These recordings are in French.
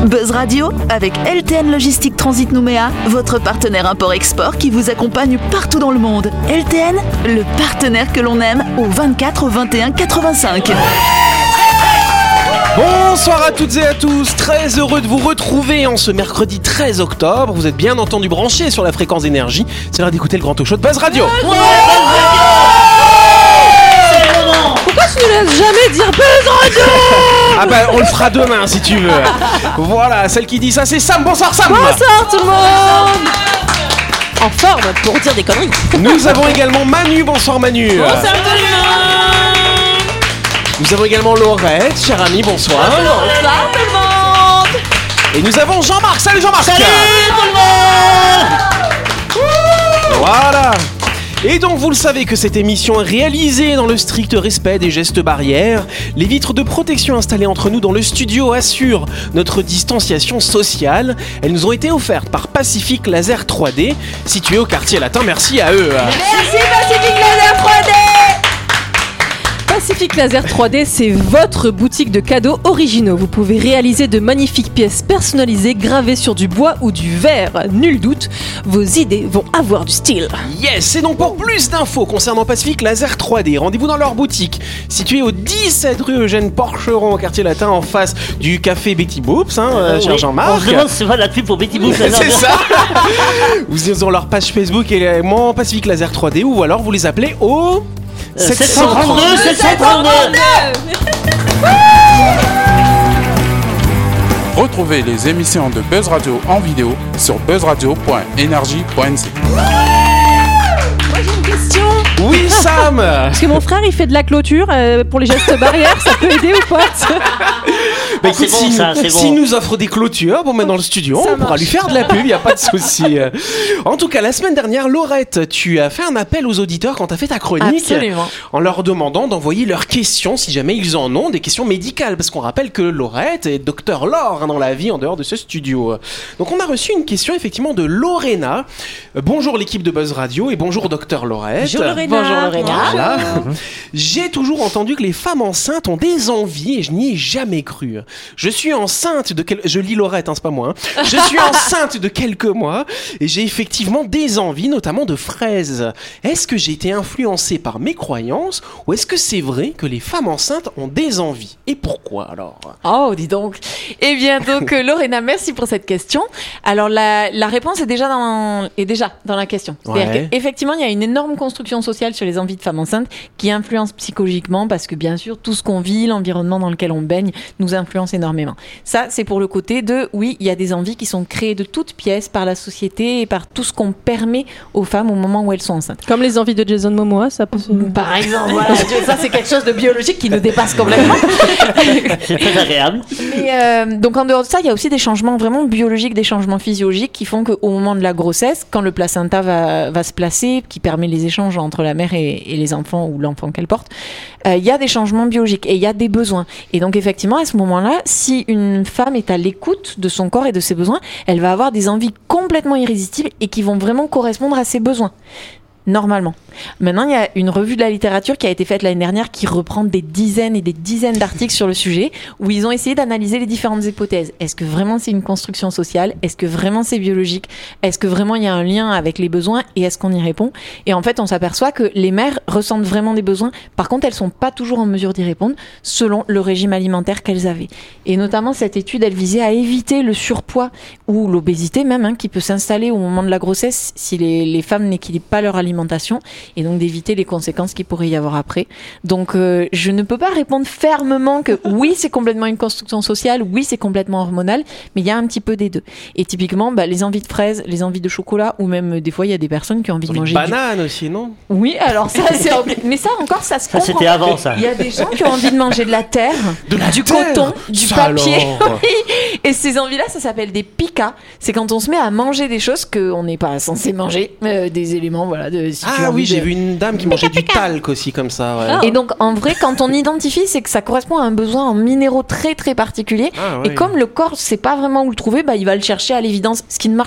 Buzz Radio, avec LTN Logistique Transit Nouméa, votre partenaire import-export qui vous accompagne partout dans le monde. LTN, le partenaire que l'on aime, au 24 21 85. Bonsoir à toutes et à tous, très heureux de vous retrouver en ce mercredi 13 octobre. Vous êtes bien entendu branchés sur la fréquence énergie. C'est l'heure d'écouter le grand talk show de Buzz Radio. Pourquoi tu ne laisses jamais dire Buzz Radio? Ah bah on le fera demain si tu veux. Voilà, celle qui dit ça c'est Sam. Bonsoir Sam. Bonsoir tout le monde. En forme pour dire des conneries. Nous avons également Manu. Bonsoir Manu. Bonsoir tout le monde. Nous avons également Laurette, cher ami, bonsoir. Bonsoir tout le monde. Et nous avons Jean-Marc. Salut Jean-Marc. Salut tout le monde. Voilà. Et donc vous le savez que cette émission est réalisée dans le strict respect des gestes barrières. Les vitres de protection installées entre nous dans le studio assurent notre distanciation sociale. Elles nous ont été offertes par Pacific Laser 3D, situé au quartier latin. Merci à eux. Merci Pacific Laser 3D. Pacific Laser 3D, c'est votre boutique de cadeaux originaux. Vous pouvez réaliser de magnifiques pièces personnalisées gravées sur du bois ou du verre. Nul doute, vos idées vont avoir du style. Yes, et donc pour plus d'infos concernant Pacific Laser 3D, rendez-vous dans leur boutique, située au 17 rue Eugène Porcheron, au quartier latin, en face du café Betty Boops, cher oui. Jean-Marc. On se demande si c'est pas la pub pour Betty Boops. C'est ça. Vous avez leur page Facebook également, Pacific Laser 3D, ou alors vous les appelez au... 732. Retrouvez les émissions de Buzz Radio en vidéo sur buzzradio.energie.nc. Moi j'ai une question. Oui Sam. Parce que mon frère il fait de la clôture pour les gestes barrières, ça peut aider ou pas? Bah écoute, c'est bon, ça, c'est bon. s'il nous offre des clôtures pour mettre dans le studio, Ça on pourra marche. lui faire de la pub, il n'y a pas de souci. En tout cas, la semaine dernière, Laurette, tu as fait un appel aux auditeurs quand tu as fait ta chronique. Absolument. En leur demandant d'envoyer leurs questions, si jamais ils en ont, des questions médicales. Parce qu'on rappelle que Laurette est docteur Laure dans la vie en dehors de ce studio. Donc on a reçu une question effectivement de Lorena. Bonjour l'équipe de Buzz Radio et bonjour docteur Laurette. Bonjour Lorena. Voilà. J'ai toujours entendu que les femmes enceintes ont des envies et je n'y ai jamais cru. Je suis enceinte de je lis Laurette, hein, c'est pas moi. Hein. Je suis enceinte de quelques mois et j'ai effectivement des envies, notamment de fraises. Est-ce que j'ai été influencé par mes croyances ou est-ce que c'est vrai que les femmes enceintes ont des envies? Et pourquoi alors? Oh, dis donc. Eh bien, donc, Lorena, merci pour cette question. Alors, la réponse est déjà dans la question. C'est-à-dire Ouais. qu'effectivement, il y a une énorme construction sociale sur les envies de femmes enceintes qui influence psychologiquement parce que, bien sûr, tout ce qu'on vit, l'environnement dans lequel on baigne, nous influence énormément. Ça, c'est pour le côté de, oui, il y a des envies qui sont créées de toutes pièces par la société et par tout ce qu'on permet aux femmes au moment où elles sont enceintes. Comme les envies de Jason Momoa, ça peut se... Par exemple, voilà, ça, c'est quelque chose de biologique qui nous dépasse complètement. C'est très agréable. Mais donc en dehors de ça, il y a aussi des changements vraiment biologiques, des changements physiologiques qui font qu'au moment de la grossesse, quand le placenta va se placer, qui permet les échanges entre la mère et les enfants ou l'enfant qu'elle porte, il y a des changements biologiques et il y a des besoins. Et donc effectivement, à ce moment-là, si une femme est à l'écoute de son corps et de ses besoins, elle va avoir des envies complètement irrésistibles et qui vont vraiment correspondre à ses besoins. Normalement. Maintenant, il y a une revue de la littérature qui a été faite l'année dernière qui reprend des dizaines et des dizaines d'articles sur le sujet où ils ont essayé d'analyser les différentes hypothèses. Est-ce que vraiment c'est une construction sociale? Est-ce que vraiment c'est biologique? Est-ce que vraiment il y a un lien avec les besoins et est-ce qu'on y répond? Et en fait, on s'aperçoit que les mères ressentent vraiment des besoins. Par contre, elles sont pas toujours en mesure d'y répondre selon le régime alimentaire qu'elles avaient. Et notamment, cette étude, elle visait à éviter le surpoids ou l'obésité même, qui peut s'installer au moment de la grossesse si les femmes n'équilibrent pas leur alimentation et donc d'éviter les conséquences qu'il pourrait y avoir après. Donc je ne peux pas répondre fermement que oui, c'est complètement une construction sociale, oui, c'est complètement hormonal, mais il y a un petit peu des deux. Et typiquement, les envies de fraises, les envies de chocolat, ou même des fois, il y a des personnes qui ont envie de manger banane aussi, non? Oui, alors ça, mais ça encore, ça se comprend. C'était avant ça. Il y a des gens qui ont envie de manger de la terre, du terre, coton, du ça papier. alors. Oui. Et ces envies-là, ça s'appelle des picas. C'est quand on se met à manger des choses qu'on n'est pas censé manger, des éléments, voilà. Si tu as Ah oui, envie j'ai de- vu une dame qui mangeait du talc aussi comme ça. Ouais. Et donc, en vrai, quand on identifie, c'est que ça correspond à un besoin en minéraux très très particulier. Ah, ouais. Et comme le corps sait pas vraiment où le trouver, il va le chercher à l'évidence, ce qui ne marche pas.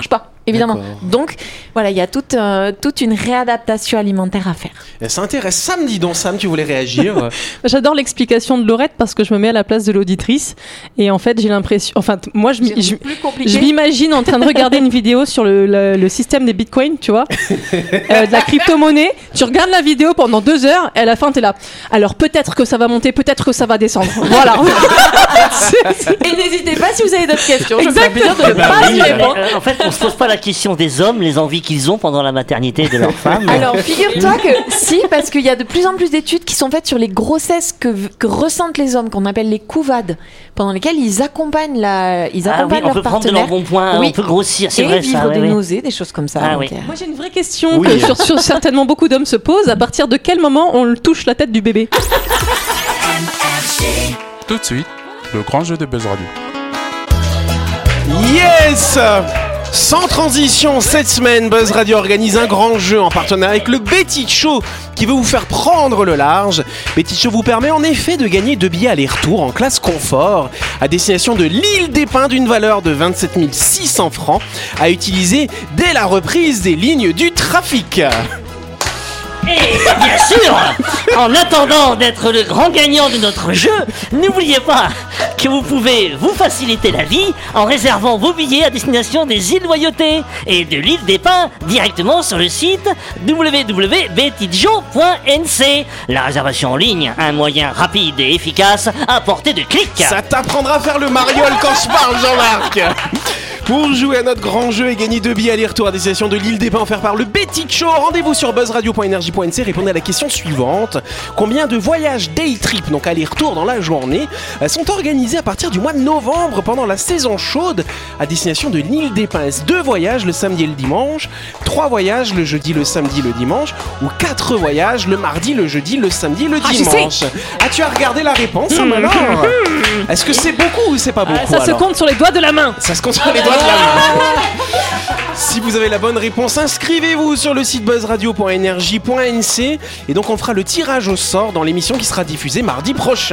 évidemment. D'accord. Donc, voilà, il y a toute une réadaptation alimentaire à faire. Et ça intéresse Sam, dis donc Sam, tu voulais réagir. J'adore l'explication de Laurette parce que je me mets à la place de l'auditrice et en fait j'ai l'impression, moi je m'imagine en train de regarder une vidéo sur le système des bitcoins, tu vois, de la crypto-monnaie. Tu regardes la vidéo pendant 2 heures et à la fin t'es là. Alors peut-être que ça va monter, peut-être que ça va descendre. Voilà. Et n'hésitez pas si vous avez d'autres questions. Je me ferai plaisir de ne pas y répondre. En fait, on se pose pas la question des hommes, les envies qu'ils ont pendant la maternité de leur femme. Alors, figure-toi que si, parce qu'il y a de plus en plus d'études qui sont faites sur les grossesses que ressentent les hommes, qu'on appelle les couvades, pendant lesquelles ils accompagnent on leur peut prendre de partenaire. l'embonpoint, on peut grossir, c'est et vrai vivre ça. des nausées, des choses comme ça. Ah donc, oui. Moi j'ai une vraie question que sur certainement beaucoup d'hommes se posent. À partir de quel moment on touche la tête du bébé? Tout de suite, le grand jeu de Buzz Radio. Yes! Sans transition, cette semaine, Buzz Radio organise un grand jeu en partenariat avec le Betty Show qui veut vous faire prendre le large. Betty Show vous permet en effet de gagner 2 billets aller-retour en classe confort à destination de l'île des Pins d'une valeur de 27 600 francs à utiliser dès la reprise des lignes du trafic. Et bien sûr, en attendant d'être le grand gagnant de notre jeu, n'oubliez pas que vous pouvez vous faciliter la vie en réservant vos billets à destination des îles Loyauté et de l'île des Pins directement sur le site www.bettyjo.nc. La réservation en ligne, un moyen rapide et efficace à portée de clic. Ça t'apprendra à faire le mariole quand je parle, Jean-Marc. Pour jouer à notre grand jeu et gagner 2 billets aller-retour à destination de l'île des Pins offert par le Betty Show, rendez-vous sur buzzradio.energie.nc. Répondez à la question suivante. Combien de voyages day trip, donc aller-retour dans la journée, sont organisés à partir du mois de novembre pendant la saison chaude à destination de l'île des Pins? 2 voyages le samedi et le dimanche, 3 voyages le jeudi, le samedi, le dimanche, ou 4 voyages le mardi, le jeudi, le samedi, le dimanche? Tu as regardé la réponse alors? Est-ce que c'est beaucoup ou c'est pas beaucoup? Ça se compte sur les doigts de la main. Ça se compte sur les doigts de la main. Si vous avez la bonne réponse, inscrivez-vous sur le site buzzradio.energie.nc et donc on fera le tirage au sort dans l'émission qui sera diffusée mardi prochain.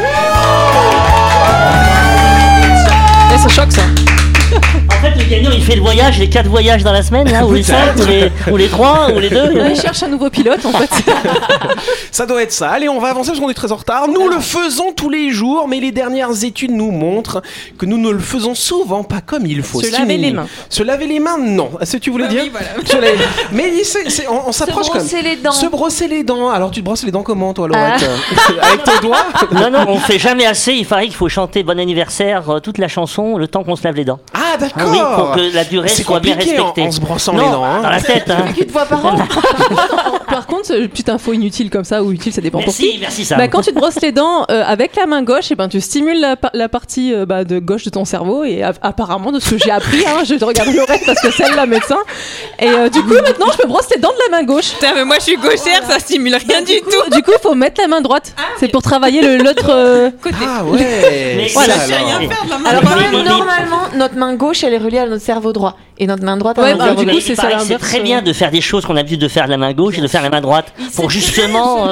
Ça choque ça. En fait, le gagnant, il fait le voyage, les 4 voyages dans la semaine, là, ou les 5, ou les 3, ou les 2. Il cherche un nouveau pilote en fait. Ça doit être ça. Allez, on va avancer parce qu'on est très en retard. Nous le faisons tous les jours, mais les dernières études nous montrent que nous ne le faisons souvent pas comme il faut. Se laver les mains. Se laver les mains, non. Est-ce que tu voulais dire? Oui, voilà. Mais on s'approche quand même. Se brosser les dents. Se brosser les dents. Alors tu te brosses les dents comment, toi, Laurette? Avec tes doigts? Non, on fait jamais assez. Il paraît qu'il faut chanter bon anniversaire toute la chanson le temps qu'on se lave les dents. Ah, d'accord. Oui, pour que la durée soit bien respectée. En se brossant non, les dents. Hein. Dans la tête. Hein. Une fois par an. Par contre, petite info inutile comme ça ou utile, ça dépend pour qui. Merci Sam. Bah, quand tu te brosses les dents avec la main gauche, et ben tu stimules la partie de gauche de ton cerveau et apparemment de ce que j'ai appris, je regarde Laurette parce que c'est elle la médecin. Et du coup maintenant je me brosse les dents de la main gauche. Putain, mais moi je suis gauchère, ça stimule rien du tout. Du coup il faut mettre la main droite. C'est pour travailler l'autre. Côté. Ah ouais. Mais voilà. Je sais rien faire de la main. Alors, Alors, quand même, mais- normalement, notre main gauche, elle est reliée à notre cerveau droit. Et notre main droite à Ouais, notre bah, cerveau du gauche. coup, c'est ça pareil, c'est l'inverse. très bien de faire des choses qu'on a l'habitude de faire de la main gauche et de faire la main droite pour justement.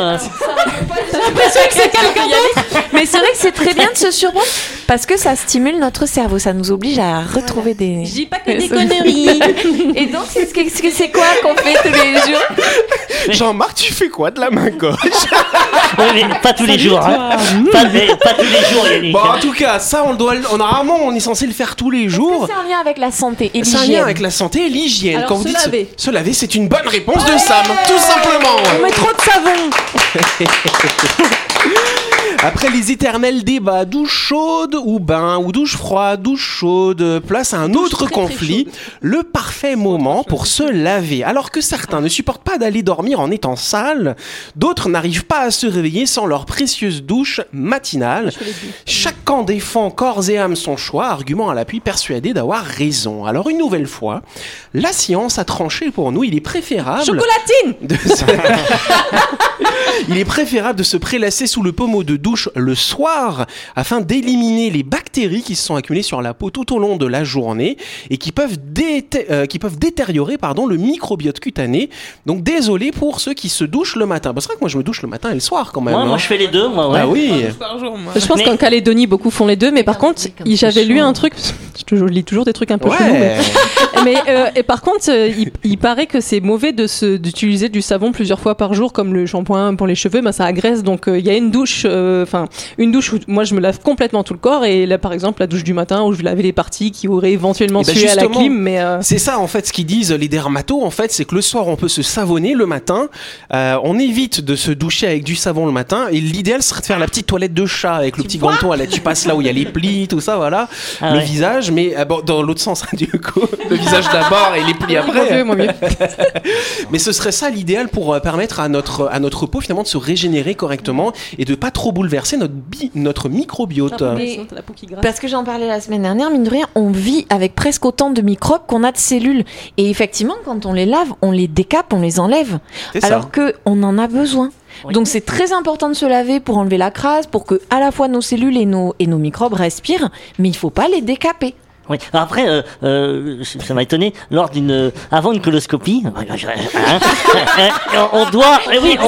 Mais c'est vrai que c'est très bien de se surprendre parce que ça stimule notre cerveau, ça nous oblige à retrouver des. Je dis pas que des conneries. Et donc c'est quoi qu'on fait tous les jours? Jean-Marc, tu fais quoi de la main gauche? Oui, mais pas tous les jours. Hein. Pas tous les jours, Yannick. Bon, en tout cas, ça, normalement, on est censé le faire tous les jours. C'est en lien avec la santé et C'est un lien l'hygiène. avec la santé et l'hygiène. Alors, Quand vous se dites laver. se laver, c'est une bonne réponse de Sam, tout simplement. On met trop de savon. Après les éternels débats, douche chaude ou bain, ou douche froide, douche chaude, place à un autre très, conflit, le parfait moment pour se laver. Alors que certains ne supportent pas d'aller dormir en étant sales, d'autres n'arrivent pas à se réveiller sans leur précieuse douche matinale. Chaque camp défend corps et âme son choix, argument à l'appui, persuadé d'avoir raison. Alors une nouvelle fois, la science a tranché pour nous, il est préférable... Chocolatine. Il est préférable de se prélasser sous le pommeau de douche le soir afin d'éliminer les bactéries qui se sont accumulées sur la peau tout au long de la journée et qui peuvent détériorer le microbiote cutané. Donc désolé pour ceux qui se douchent le matin. C'est vrai que moi je me douche le matin et le soir quand même. Moi, je fais les deux, moi. Ouais. Ah oui. Par jour, moi. Je pense qu'en Calédonie beaucoup font les deux, mais par contre j'avais lu un truc, Je lis toujours des trucs un peu chelous. Mais et par contre, il paraît que c'est mauvais d'utiliser du savon plusieurs fois par jour, comme le shampoing pour les cheveux, ça agresse. Donc il y a une douche où moi je me lave complètement tout le corps, et là par exemple la douche du matin où je vais laver les parties qui auraient éventuellement sué à la clim. Mais c'est ça en fait ce qu'ils disent les dermatos, en fait, c'est que le soir on peut se savonner, le matin on évite de se doucher avec du savon le matin, et l'idéal serait de faire la petite toilette de chat avec le petit ganton, là tu passes là où il y a les plis, tout ça, voilà, visage, mais dans l'autre sens du coup, le visage d'abord et les plis après. Moi mieux. Mais ce serait ça l'idéal pour permettre à notre peau finalement de se régénérer correctement et de pas trop bouleverser notre microbiote. Parce que j'en parlais la semaine dernière, mine de rien, on vit avec presque autant de microbes qu'on a de cellules. Et effectivement, quand on les lave, on les décape, on les enlève. Alors qu'on en a besoin. Oui. Donc c'est très important de se laver pour enlever la crasse, pour que à la fois nos cellules et nos microbes respirent, mais il ne faut pas les décaper. Oui. Alors après, ça m'a étonné, avant une coloscopie, on doit,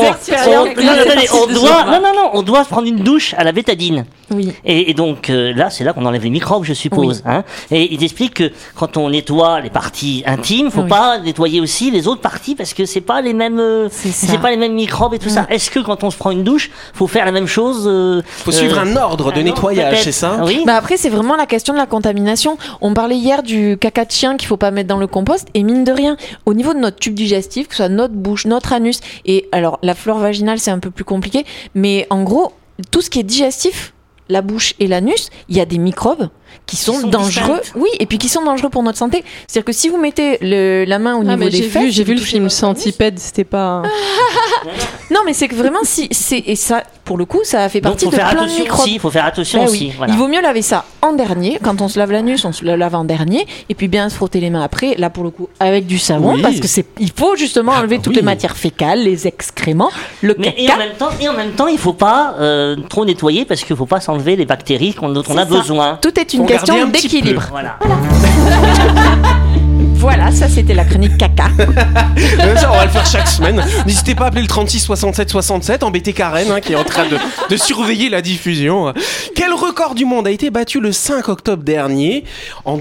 on doit prendre une douche à la bétadine. Oui. Et donc là, c'est là qu'on enlève les microbes, je suppose. Oui. Et il explique que quand on nettoie les parties intimes, faut pas nettoyer aussi les autres parties parce que c'est pas les mêmes, c'est pas les mêmes microbes et tout ça. Est-ce que quand on se prend une douche, faut faire la même chose faut suivre un ordre de nettoyage, c'est ça? Oui. Après, c'est vraiment la question de la contamination. On parlait hier du caca de chien qu'il faut pas mettre dans le compost, et mine de rien, au niveau de notre tube digestif, que ce soit notre bouche, notre anus, et alors la flore vaginale c'est un peu plus compliqué, mais en gros, tout ce qui est digestif, la bouche et l'anus, il y a des microbes qui sont dangereux, et puis qui sont dangereux pour notre santé. C'est-à-dire que si vous mettez la main au niveau des fesses, j'ai vu le film Centipède, c'était pas. Non, mais c'est que vraiment, et ça, pour le coup, ça fait partie de plein de microbes. Il faut faire attention aussi. Voilà. Il vaut mieux laver ça en dernier. Quand on se lave l'anus, on se le lave en dernier, et puis bien se frotter les mains après. Là, pour le coup, avec du savon, parce que il faut justement enlever toutes les matières fécales, les excréments, le caca. Et en même temps, il faut pas trop nettoyer parce qu'il faut pas s'enlever les bactéries dont on a besoin. Tout est une question d'équilibre. Voilà. Voilà, ça c'était la chronique caca. Ça, on va le faire chaque semaine. N'hésitez pas à appeler le 36 67 67, embêtez Karen qui est en train de surveiller la diffusion. Quel record du monde a été battu le 5 octobre dernier en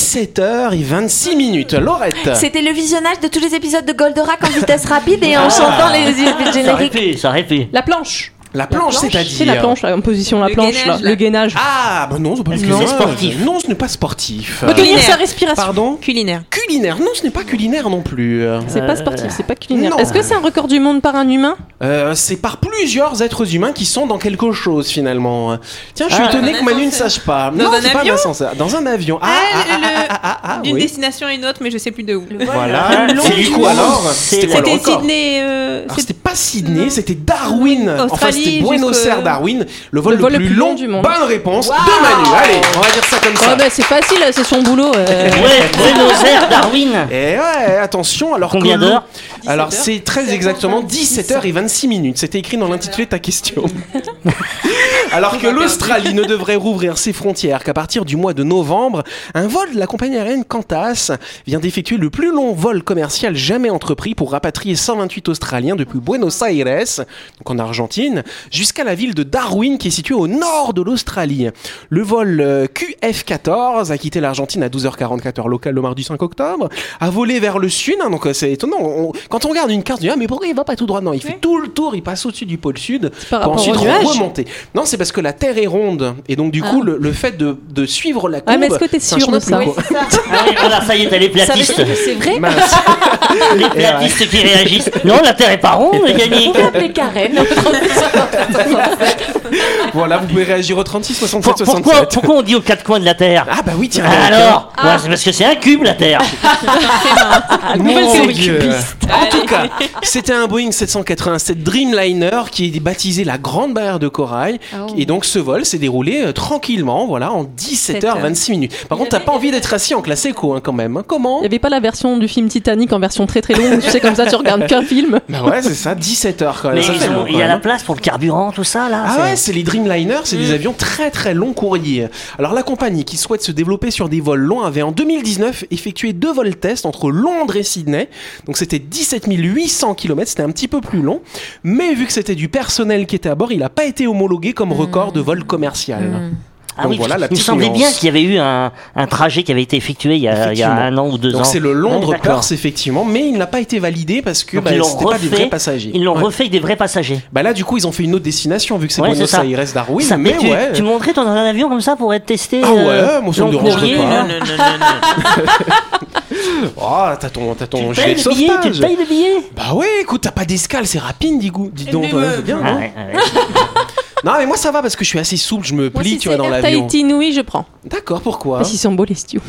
17h26 Laurette? C'était le visionnage de tous les épisodes de Goldorak en vitesse rapide et en chantant les génériques. Ça aurait pu. La planche. La planche, c'est-à-dire c'est la planche, en position, la planche, gainage, le gainage. Ah, bah non, c'est pas sportif. Non, ce n'est pas sportif. Retenir sa respiration. Pardon? Culinaire. Culinaire. Non, ce n'est pas culinaire non plus. C'est pas sportif, c'est pas culinaire. Non. Est-ce que c'est un record du monde par un humain? C'est par plusieurs êtres humains qui sont dans quelque chose finalement. Tiens, je suis étonné que Manu ne sache pas. Dans non, un c'est pas avion un ascenseur. Dans un avion. D'une oui. destination à une autre, mais je sais plus de où. Voilà. C'est du coup alors. C'était quoi le C'était record? Sydney. Alors, c'était pas Sydney, c'était Darwin. Enfin, Australie, c'était Buenos Aires, Darwin. Le vol le plus long du monde. Bonne réponse de Manu. Allez, on va dire ça comme ça. C'est facile, c'est son boulot. Buenos Aires, Darwin. Et ouais, attention. Alors combien d'heures? Alors c'est très exactement 17h26. C'était écrit dans l'intitulé de ta question. Alors que l'Australie ne devrait rouvrir ses frontières qu'à partir du mois de novembre, un vol de la compagnie aérienne Qantas vient d'effectuer le plus long vol commercial jamais entrepris pour rapatrier 128 Australiens depuis Buenos Aires, donc en Argentine, jusqu'à la ville de Darwin qui est située au nord de l'Australie. Le vol QF14 a quitté l'Argentine à 12h44 heure locale le mardi 5 octobre, a volé vers le sud, donc c'est étonnant. Quand on regarde une carte, on dit mais pourquoi il va pas tout droit? Non, il fait tout le tour, il passe au-dessus du pôle sud pour ensuite remonter. Non, c'est parce que la Terre est ronde et donc du coup le fait de suivre la courbe. Mais est-ce que t'es sûr de ça? Voilà, ça y est, t'as les platistes. C'est vrai. Les platistes qui réagissent. Non, la Terre est pas ronde, Yannick. Les Karen. Voilà, vous pouvez réagir au 36 67 67. Pourquoi on dit aux quatre coins de la Terre? Ah bah oui, tiens. Alors, c'est parce que c'est un cube la Terre. Mon Dieu. En tout cas, c'était un Boeing 787 Dreamliner qui est baptisé la Grande Barrière de Corail. Et donc ce vol s'est déroulé tranquillement, voilà, en 17h26. Par contre, t'as pas envie d'être assis en classe éco quand même. Comment? Il y avait pas la version du film Titanic en version très très longue, tu sais, comme ça tu regardes qu'un film. Bah ouais, c'est ça, 17h quand même. Mais il y a la place pour le carburant, tout ça là. Ah ouais, c'est les Dreamliner, c'est des avions très très long courrier. Alors la compagnie qui souhaite se développer sur des vols longs avait en 2019 effectué 2 vols tests entre Londres et Sydney. Donc c'était 17 800 km, c'était un petit peu plus long. Mais vu que c'était du personnel qui était à bord, il n'a pas été homologué comme record de vol commercial. Ah Donc oui, voilà la il me petite semblait nuance. bien qu'il y avait eu un trajet qui avait été effectué il y a 1 an ou 2 ans. Donc c'est le Londres Ouais, d'accord. Perth effectivement, mais il n'a pas été validé parce que Donc, bah, ils l'ont c'était pas des refait. vrais passagers. Ils l'ont Ouais. refait avec des vrais passagers. Bah là du coup ils ont fait une autre destination vu que c'est Ouais, Buenos c'est ça. Aires Darwin, Ça, mais tu, ouais. tu montrais ton avion comme ça pour être testé. Ah ouais, moi ça me long dérangerait courrier, pas. là. Oh, t'as ton Tu gilet de payes le billet, sauvetage. tu payes le billet. Bah ouais, écoute, t'as pas d'escale, c'est rapide, dis donc. C'est bien, Ah non ouais, ouais. Non, mais moi ça va parce que je suis assez souple, je me Moi, plie, si tu vois, c'est dans Air l'avion. Tahiti Nui, je prends. D'accord, pourquoi Parce qu'ils sont beaux les stews.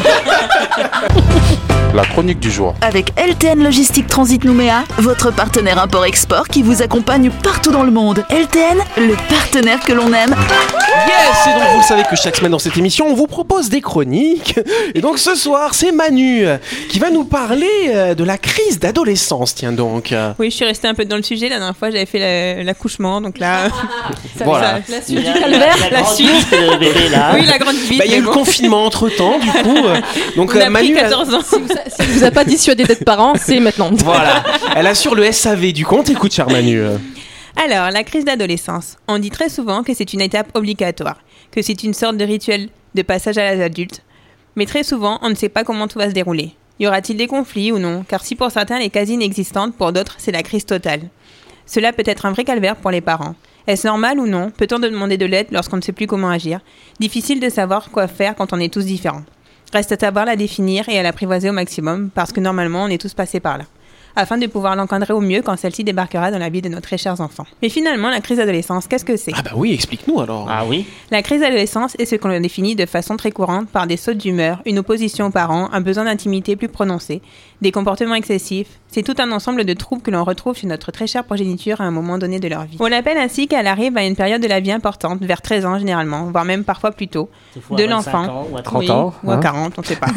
La chronique du jour. Avec LTN Logistique Transit Nouméa, votre partenaire import-export qui vous accompagne partout dans le monde. LTN, le partenaire que l'on aime. Yes, et donc vous le savez que chaque semaine dans cette émission, on vous propose des chroniques. Et donc ce soir, c'est Manu qui va nous parler de la crise d'adolescence, tiens donc. Oui, je suis restée un peu dans le sujet. La dernière fois, j'avais fait l'accouchement, donc là. Voilà. La La suite suite du du calvaire. La grande liste de bébé là. Oui, la grande vie. Bah, il y a eu le confinement entre temps, du coup. Donc On a pris Manu, 14 ans. Si vous a pas dissuadé d'être parent, c'est maintenant. voilà, elle assure le SAV du compte. Écoute, cher Manu. Alors, la crise d'adolescence. On dit très souvent que c'est une étape obligatoire, que c'est une sorte de rituel de passage à l'âge adulte. Mais très souvent, on ne sait pas comment tout va se dérouler. Y aura-t-il des conflits ou non? Car si pour certains elle est quasi inexistante, pour d'autres c'est la crise totale. Cela peut être un vrai calvaire pour les parents. Est-ce normal ou non? Peut-on demander de l'aide lorsqu'on ne sait plus comment agir? Difficile de savoir quoi faire quand on est tous différents. Reste à savoir la définir et à l'apprivoiser au maximum, parce que normalement on est tous passés par là, afin de pouvoir l'encadrer au mieux quand celle-ci débarquera dans la vie de nos très chers enfants. Mais finalement, la crise d'adolescence, qu'est-ce que c'est? Ah bah oui, explique-nous alors. Ah oui. La crise d'adolescence est ce qu'on définit de façon très courante par des sautes d'humeur, une opposition aux parents, un besoin d'intimité plus prononcé, des comportements excessifs. C'est tout un ensemble de troubles que l'on retrouve chez notre très chère progéniture à un moment donné de leur vie. On l'appelle ainsi qu'elle arrive à une période de la vie importante, vers 13 ans généralement, voire même parfois plus tôt, Des fois à de 25 l'enfant. ans ou à 30 Oui, ans. ou à hein. 40, on ne sait pas.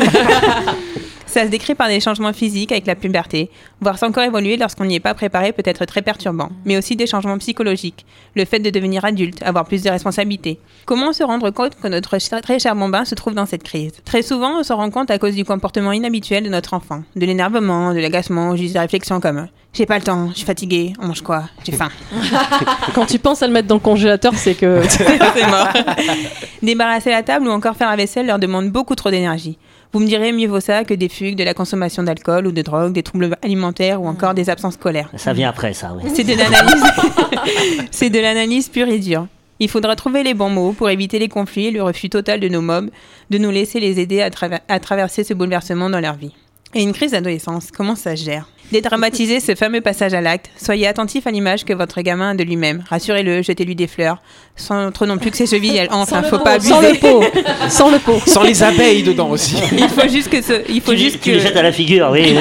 Ça se décrit par des changements physiques avec la puberté. Voir son corps évoluer lorsqu'on n'y est pas préparé peut être très perturbant, mais aussi des changements psychologiques. Le fait de devenir adulte, avoir plus de responsabilités. Comment se rendre compte que notre très cher bambin se trouve dans cette crise? Très souvent, on s'en rend compte à cause du comportement inhabituel de notre enfant. De l'énervement, de l'agacement, ou juste des réflexions comme « j'ai pas le temps, je suis fatigué, on mange quoi? J'ai faim. » Quand tu penses à le mettre dans le congélateur, c'est que. C'est mort. Débarrasser la table ou encore faire la vaisselle leur demande beaucoup trop d'énergie. Vous me direz, mieux vaut ça que des fugues, de la consommation d'alcool ou de drogue, des troubles alimentaires ou encore des absences scolaires. Ça vient après ça, oui. C'est de l'analyse. C'est de l'analyse pure et dure. Il faudra trouver les bons mots pour éviter les conflits et le refus total de nos mobs, de nous laisser les aider à traverser ce bouleversement dans leur vie. Et une crise d'adolescence, comment ça se gère? Dédramatiser ce fameux passage à l'acte. Soyez attentif à l'image que votre gamin a de lui-même. Rassurez-le, jetez-lui des fleurs. Sans trop non plus que ses chevilles, elles hantent, faut pas abuser. Sans le pot. Sans le pot. Sans les abeilles dedans aussi. Il faut juste que Tu les jettes à la figure, oui.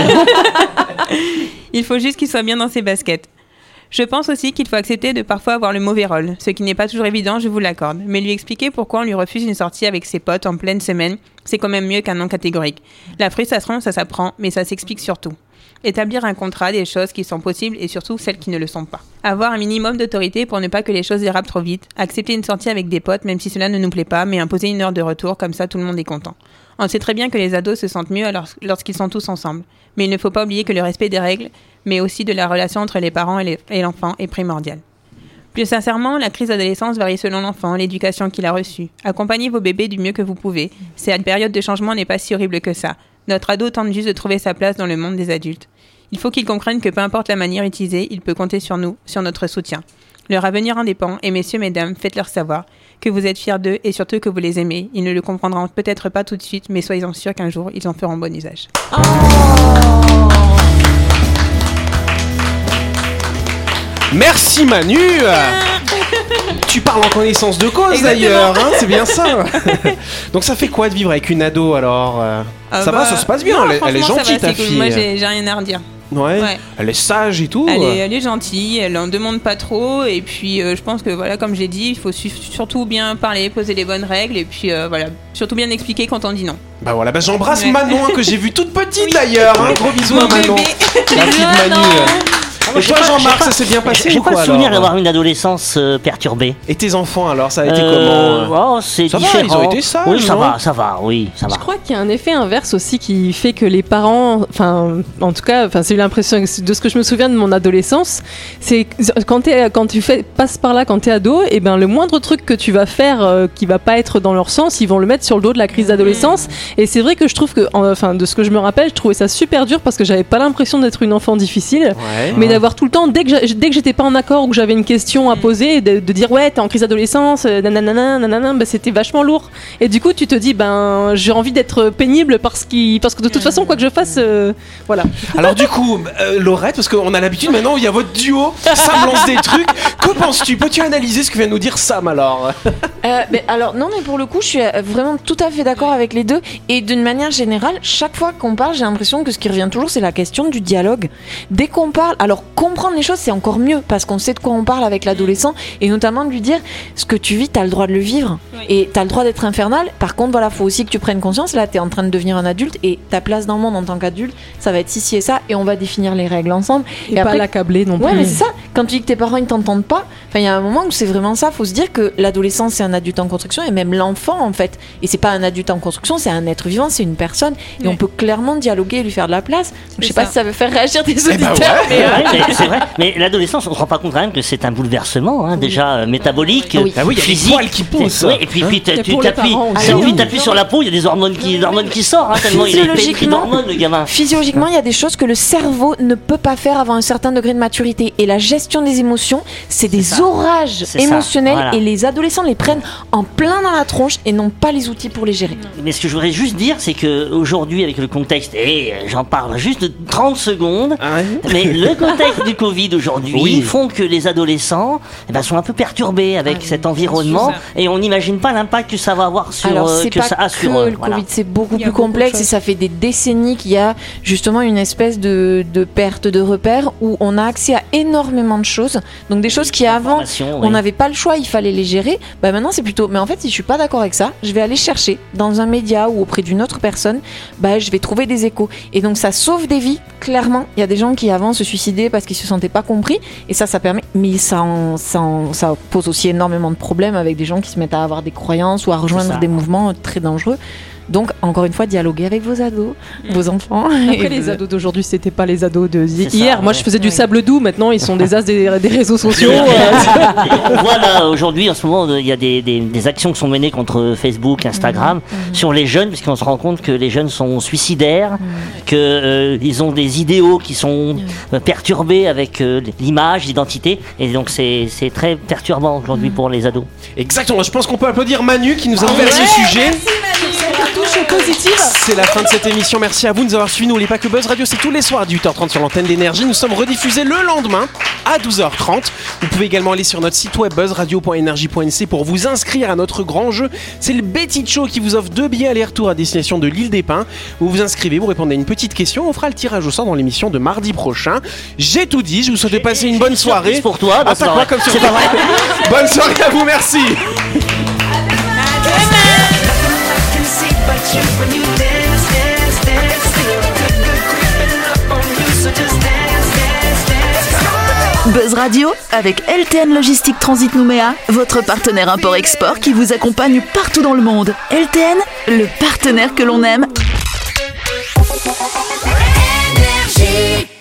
Il faut juste qu'il soit bien dans ses baskets. Je pense aussi qu'il faut accepter de parfois avoir le mauvais rôle, ce qui n'est pas toujours évident, je vous l'accorde. Mais lui expliquer pourquoi on lui refuse une sortie avec ses potes en pleine semaine, c'est quand même mieux qu'un non catégorique. La frustration, ça s'apprend, mais ça s'explique surtout. Établir un contrat des choses qui sont possibles et surtout celles qui ne le sont pas. Avoir un minimum d'autorité pour ne pas que les choses dérapent trop vite. Accepter une sortie avec des potes même si cela ne nous plaît pas, mais imposer une heure de retour, comme ça tout le monde est content. On sait très bien que les ados se sentent mieux lorsqu'ils sont tous ensemble. Mais il ne faut pas oublier que le respect des règles, mais aussi de la relation entre les parents et l'enfant est primordial. Plus sincèrement, la crise d'adolescence varie selon l'enfant, l'éducation qu'il a reçue. Accompagnez vos bébés du mieux que vous pouvez. Cette période de changement n'est pas si horrible que ça. Notre ado tente juste de trouver sa place dans le monde des adultes. Il faut qu'il comprenne que peu importe la manière utilisée, il peut compter sur nous, sur notre soutien. Leur avenir en dépend, et messieurs, mesdames, faites-leur savoir que vous êtes fiers d'eux et surtout que vous les aimez. Ils ne le comprendront peut-être pas tout de suite, mais soyez-en sûrs qu'un jour, ils en feront bon usage. Merci Manu. Tu parles en connaissance de cause. Exactement. D'ailleurs, hein, c'est bien ça. Donc ça fait quoi de vivre avec une ado alors Ça va, ça se passe bien, non, elle est franchement, ça gentille va, ta c'est cool. fille. Moi, j'ai rien à redire. Ouais. Ouais. Elle est sage et tout. Elle est gentille, elle en demande pas trop, et puis je pense que voilà, comme j'ai dit, il faut surtout bien parler, poser les bonnes règles, et puis voilà, surtout bien expliquer quand on dit non. Bah voilà, bah j'embrasse Ouais. Manon hein, que j'ai vue toute petite d'ailleurs. Hein. Gros bisous à Mon Manon, bébé. la fille de Manu. Et toi, Jean-Marc, ça s'est bien passé J'ai ou pas quoi le souvenir alors d'avoir une adolescence perturbée. Et tes enfants alors, ça a été comment C'est Ça va, différent. ils ont été sages, Oui, ça non va, ça va. Je crois qu'il y a un effet inverse aussi qui fait que les parents, en tout cas, c'est l'impression de ce que je me souviens de mon adolescence, c'est quand tu passes par là quand t'es ado, et ben le moindre truc que tu vas faire qui va pas être dans leur sens, ils vont le mettre sur le dos de la crise d'adolescence. Et c'est vrai que je trouve que, de ce que je me rappelle, je trouvais ça super dur parce que j'avais pas l'impression d'être une enfant difficile, mais d'avoir tout le temps, dès que j'étais pas en accord ou que j'avais une question à poser, de dire ouais t'es en crise d'adolescence, c'était vachement lourd. Et du coup tu te dis j'ai envie d'être pénible parce que de toute façon quoi que je fasse, voilà. Alors du coup, Laurette, parce qu'on a l'habitude maintenant, il y a votre duo, Sam lance des trucs. Que penses-tu? Peux-tu analyser ce que vient de nous dire Sam alors? Alors non, mais pour le coup, je suis vraiment tout à fait d'accord avec les deux. Et d'une manière générale, chaque fois qu'on parle, j'ai l'impression que ce qui revient toujours, c'est la question du dialogue. Dès qu'on parle, alors comprendre les choses, c'est encore mieux parce qu'on sait de quoi on parle avec l'adolescent, et notamment de lui dire ce que tu vis, t'as le droit de le vivre, et t'as le droit d'être infernal. Par contre, voilà, faut aussi que tu prennes conscience. Là, t'es en train de devenir un adulte, et ta place dans le monde en tant qu'adulte, ça va être ci et ça, et on va définir les règles ensemble. Et pas l'accabler non plus. Ouais, mais c'est ça. Quand tu dis que tes parents ils t'entendent pas, il y a un moment où c'est vraiment ça. Faut se dire que l'adolescent c'est un adulte en construction, et même l'enfant en fait. Et c'est pas un adulte en construction, c'est un être vivant, c'est une personne. Et on peut clairement dialoguer et lui faire de la place. Je sais pas si ça veut faire réagir des auditeurs. Mais c'est vrai. Mais l'adolescence, on se rend pas compte quand même que c'est un bouleversement, déjà métabolique, physique. Il y a des poils qui poussent. Et puis tu t'appuies sur la peau, il y a des hormones qui sortent. Tellement il est pétri d'hormones le gamin. Physiologiquement, il y a des choses que le cerveau ne peut pas faire avant un certain degré de maturité. Et la gestion des émotions, c'est des orages émotionnels, voilà. Et les adolescents les prennent en plein dans la tronche et n'ont pas les outils pour les gérer. Mais ce que je voudrais juste dire, c'est qu'aujourd'hui, avec le contexte, et j'en parle juste de 30 secondes, mais le contexte du Covid aujourd'hui font que les adolescents sont un peu perturbés avec cet environnement, et on n'imagine pas l'impact que ça va avoir sur le Covid, c'est beaucoup plus complexe, et ça fait des décennies qu'il y a justement une espèce de perte de repères où on a accès à énormément de choses, donc des choses qui avant on n'avait pas le choix, il fallait les gérer. Maintenant c'est plutôt, mais en fait si je suis pas d'accord avec ça, je vais aller chercher dans un média ou auprès d'une autre personne, je vais trouver des échos, et donc ça sauve des vies. Clairement, il y a des gens qui avant se suicidaient parce qu'ils se sentaient pas compris, et ça permet, mais ça pose aussi énormément de problèmes avec des gens qui se mettent à avoir des croyances ou à rejoindre des mouvements très dangereux. Donc, encore une fois, dialoguer avec vos ados, vos enfants. Après, les ados d'aujourd'hui, c'était pas les ados de hier. Moi, je faisais du sable doux. Maintenant, ils sont des as des réseaux sociaux. On voit là, aujourd'hui, en ce moment, il y a des actions qui sont menées contre Facebook, Instagram, sur les jeunes, puisqu'on se rend compte que les jeunes sont suicidaires, qu'ils ont des idéaux qui sont perturbés avec l'image, l'identité. Et donc, c'est très perturbant aujourd'hui pour les ados. Exactement. Je pense qu'on peut applaudir Manu qui nous a ouvert ce sujet. Merci Manu. C'est la fin de cette émission. Merci à vous de nous avoir suivis. N'oubliez pas que Buzz Radio, c'est tous les soirs à 18h30 sur l'antenne d'Énergie. Nous sommes rediffusés le lendemain à 12h30. Vous pouvez également aller sur notre site web buzzradio.energie.nc pour vous inscrire à notre grand jeu. C'est le Betty Show qui vous offre 2 billets aller-retour à destination de l'île des Pins. Vous vous inscrivez, vous répondez à une petite question. On fera le tirage au sort dans l'émission de mardi prochain. J'ai tout dit. Je vous souhaite de passer une bonne soirée. Pour toi, c'est pas vrai. Bonne soirée à vous. Merci. Buzz Radio avec LTN Logistique Transit Nouméa, votre partenaire import-export qui vous accompagne partout dans le monde. LTN, le partenaire que l'on aime. Énergie.